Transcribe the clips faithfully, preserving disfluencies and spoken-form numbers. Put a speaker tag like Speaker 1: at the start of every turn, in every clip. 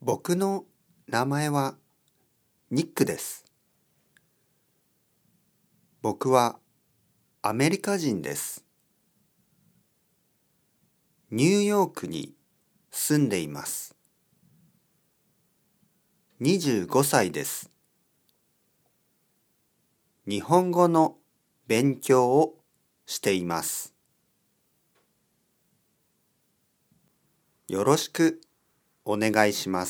Speaker 1: 僕の名前はニックです。僕はアメリカ人です。ニューヨークに住んでいます。にじゅうごさいです。日本語の勉強をしています。よろしくお願いします。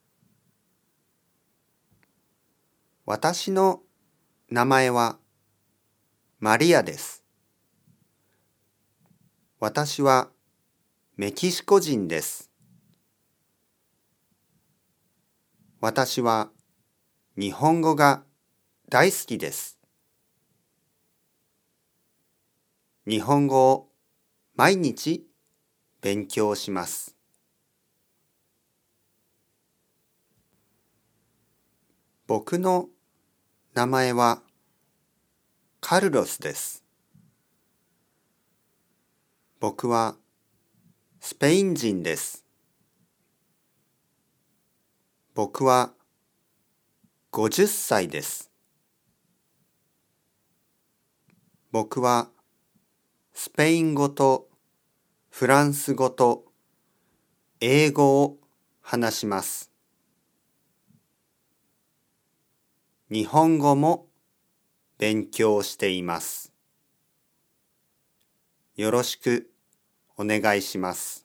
Speaker 1: 私の名前はマリアです。私はメキシコ人です。私は日本語が大好きです。日本語を毎日勉強します。僕の名前はカルロスです。僕はスペイン人です。僕はごじゅっさいです。僕はスペイン語とフランス語と英語を話します。日本語も勉強しています。よろしくお願いします。